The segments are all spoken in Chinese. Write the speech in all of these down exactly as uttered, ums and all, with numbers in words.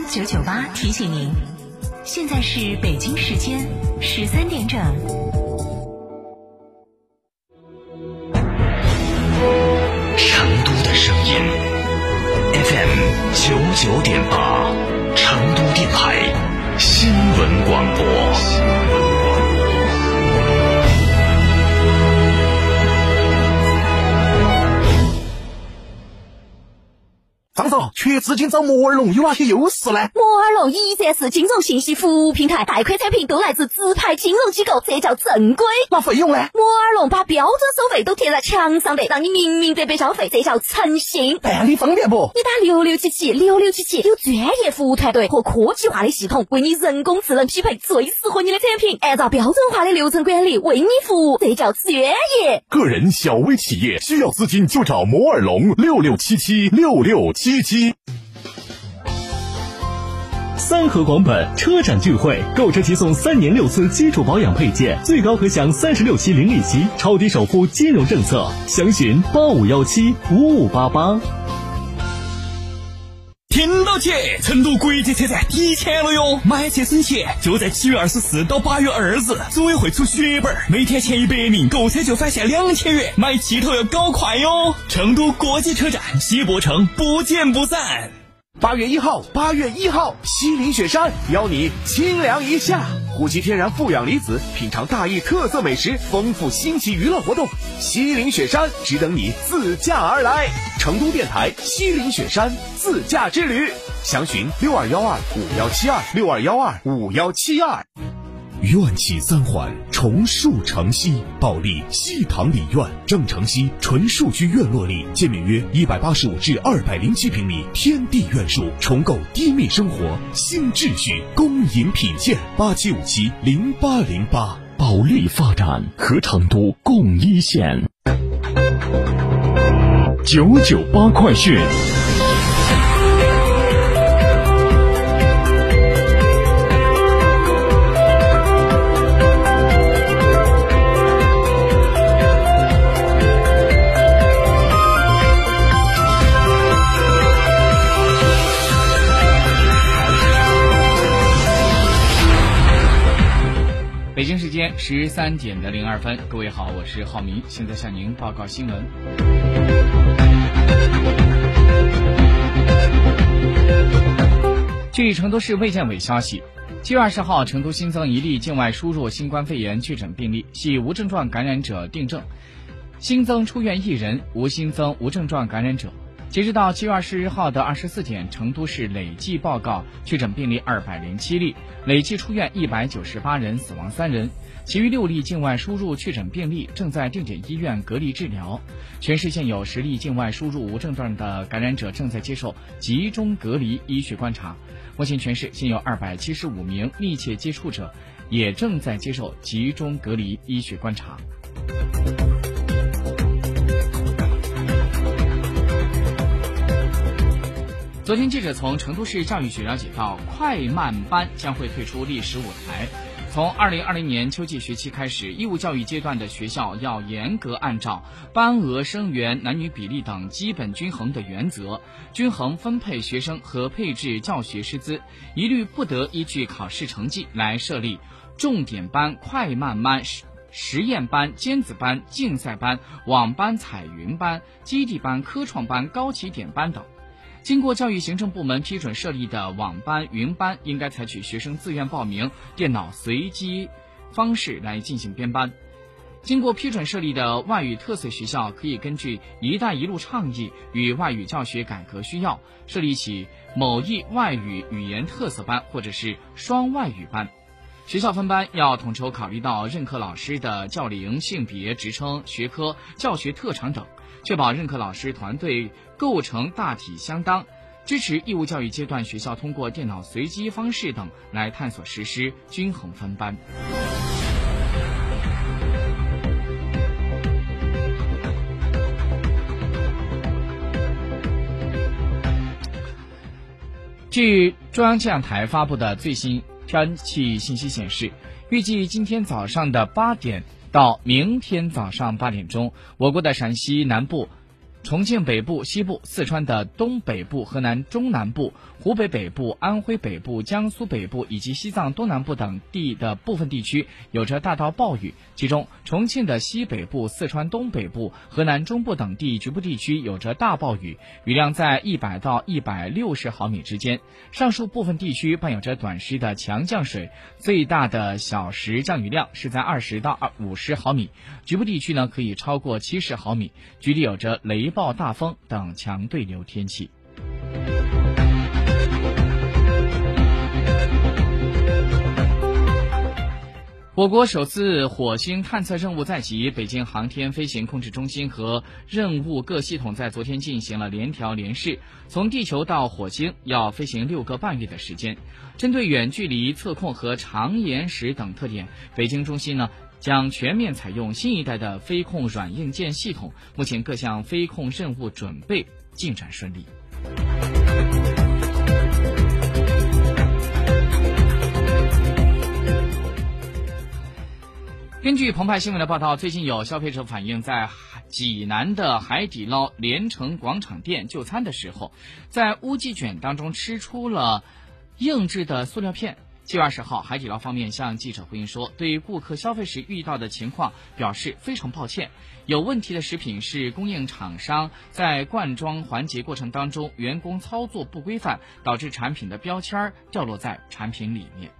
九九八提醒您，现在是北京时间十三点整。 成都的声音 F M 九九点八，成都电台新闻广播。 张总，缺资金找摩尔龙有哪些优势呢？ 摩尔龙一站式金融信息服务平台，贷款产品都来自直牌金融机构，这叫正规。 那费用呢？ 摩尔龙把标准收费都贴在墙上的，让你明明白白消费，这叫诚信。 办理方便不？ 你打六六七七六六七七，有专业服务团队和科技化的系统，为你人工智能匹配最适合你的产品，按照标准化的流程管理为你服务，这叫专业。 个人小微企业需要资金就找摩尔龙六六七七六六七七。 三河广本车展聚会，购车即送三年六次基础保养配件，最高可享三十六期零利息，超低首付金融政策，详询八五幺七五五八八。 听到起，成都国际车展提前了哟！买车省钱，就在七月二十四到八月二日，组委会出血本，每天前一百名购车就返现两千元，买气头要搞快哟！成都国际车展，西博城不见不散。 八月一号，八月一号，西岭雪山邀你清凉一下，呼吸天然负氧离子，品尝大邑特色美食，丰富新奇娱乐活动。西岭雪山只等你自驾而来。成都电台西岭雪山自驾之旅，详询六二幺二五幺七二六二幺二五幺七二。 院企三环重塑城西，保利西塘里院，正城西纯数据院落里，建面约一百八十五至二百零七平米天地院墅，重构低密生活新秩序，恭迎品鉴。八七五七零八零八。 保利发展和成都共一线。九九八快讯。 北京时间十三点的零二分，各位好，我是浩明，现在向您报告新闻。据成都市卫健委消息，七月二十号，成都新增一例境外输入新冠肺炎确诊病例，系无症状感染者订正，新增出院一人，无新增无症状感染者。截止到七月二十日号的二十四点，成都市累计报告确诊病例二百零七例，累计出院一百九十八人，死亡三人。其余六例境外输入确诊病例正在定点医院隔离治疗。全市现有十例境外输入无症状的感染者正在接受集中隔离医学观察。目前全市现有二百七十五名密切接触者也正在接受集中隔离医学观察。昨天记者从成都市教育局了解到，快慢班将会退出历史舞台。从二零二零年秋季学期开始，义务教育阶段的学校要严格按照班额、生源、男女比例等基本均衡的原则，均衡分配学生和配置教学师资，一律不得依据考试成绩来设立重点班、快慢班、实验班、尖子班、竞赛班、网班、彩云班、基地班、科创班、高起点班等。经过教育行政部门批准设立的网班、云班，应该采取学生自愿报名、电脑随机方式来进行编班。经过批准设立的外语特色学校，可以根据“一带一路”倡议与外语教学改革需要，设立起某一外语语言特色班或者是双外语班。学校分班要统筹考虑到任课老师的教龄、性别、职称、学科、教学特长等，确保任课老师团队构成大体相当，支持义务教育阶段学校通过电脑随机方式等来探索实施均衡分班。据中央气象台发布的最新天气信息显示，预计今天早上的八点到明天早上八点钟，我国的陕西南部重庆北部、西部、四川的东北部、河南中南部、湖北北部、安徽北部、江苏北部以及西藏东南部等地的部分地区有着大到暴雨，其中重庆的西北部、四川东北部、河南中部等地局部地区有着大暴雨，雨量在一百到一百六十毫米之间。上述部分地区伴有着短时的强降水，最大的小时降雨量是在二十到五十毫米，局部地区呢可以超过七十毫米，局里有着雷暴、大风等强对流天气。我国首次火星探测任务在即，北京航天飞行控制中心和任务各系统在昨天进行了联调联试，从地球到火星要飞行六个半月的时间。针对远距离测控和长延时等特点，北京中心呢将全面采用新一代的飞控软硬件系统，目前各项飞控任务准备进展顺利。根据澎湃新闻的报道，最近有消费者反映，在济南的海底捞连城广场店就餐的时候，在乌鸡卷当中吃出了硬质的塑料片。七月二十号，海底捞方面向记者回应说，对顾客消费时遇到的情况表示非常抱歉。有问题的食品是供应厂商在灌装环节过程当中员工操作不规范，导致产品的标签掉落在产品里面。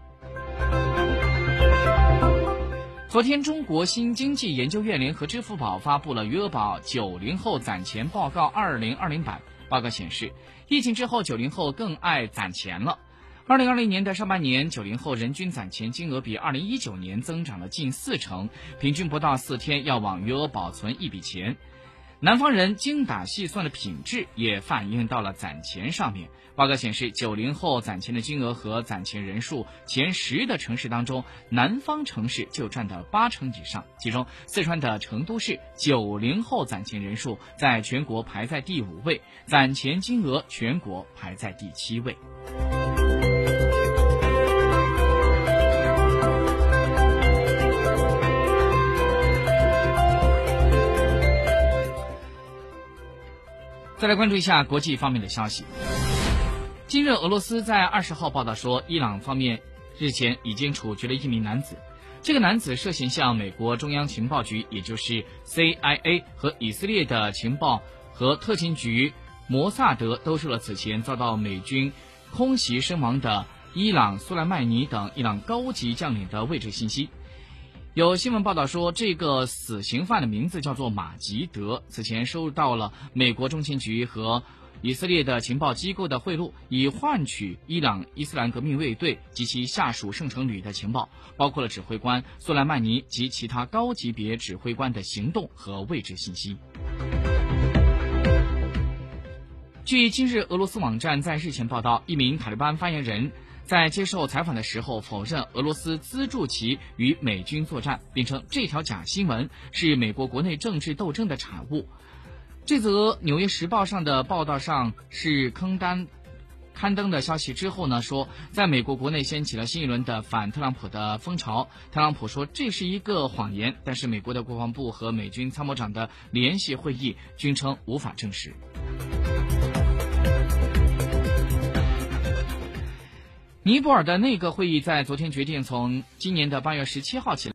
昨天，中国新经济研究院联合支付宝发布了余额宝九零后攒钱报告二零二零版。报告显示，疫情之后九零后更爱攒钱了。二零二零年的上半年，九零后人均攒钱金额比二零一九年增长了近四成，平均不到四天要往余额宝存一笔钱。南方人精打细算的品质也反映到了攒钱上面。报告显示，九零后攒钱的金额和攒钱人数前十的城市当中，南方城市就占到八成以上。其中，四川的成都市九零后攒钱人数在全国排在第五位，攒钱金额全国排在第七位。再来关注一下国际方面的消息。今日俄罗斯在二十号报道说，伊朗方面日前已经处决了一名男子，这个男子涉嫌向美国中央情报局，也就是 C I A 和以色列的情报和特勤局摩萨德兜售了此前遭到美军空袭身亡的伊朗苏莱曼尼等伊朗高级将领的位置信息。有新闻报道说，这个死刑犯的名字叫做马吉德，此前收到了美国中情局和以色列的情报机构的贿赂，以换取伊朗伊斯兰革命卫队及其下属圣城旅的情报，包括了指挥官苏莱曼尼及其他高级别指挥官的行动和位置信息。据今日俄罗斯网站在日前报道，一名塔利班发言人在接受采访的时候否认俄罗斯资助其与美军作战，并称这条假新闻是美国国内政治斗争的产物。这则《纽约时报》上的报道上是刊登刊登的消息之后呢，说在美国国内掀起了新一轮的反特朗普的风潮。特朗普说这是一个谎言，但是美国的国防部和美军参谋长的联席会议均称无法证实。尼泊尔的内阁会议在昨天决定，从今年的八月十七号起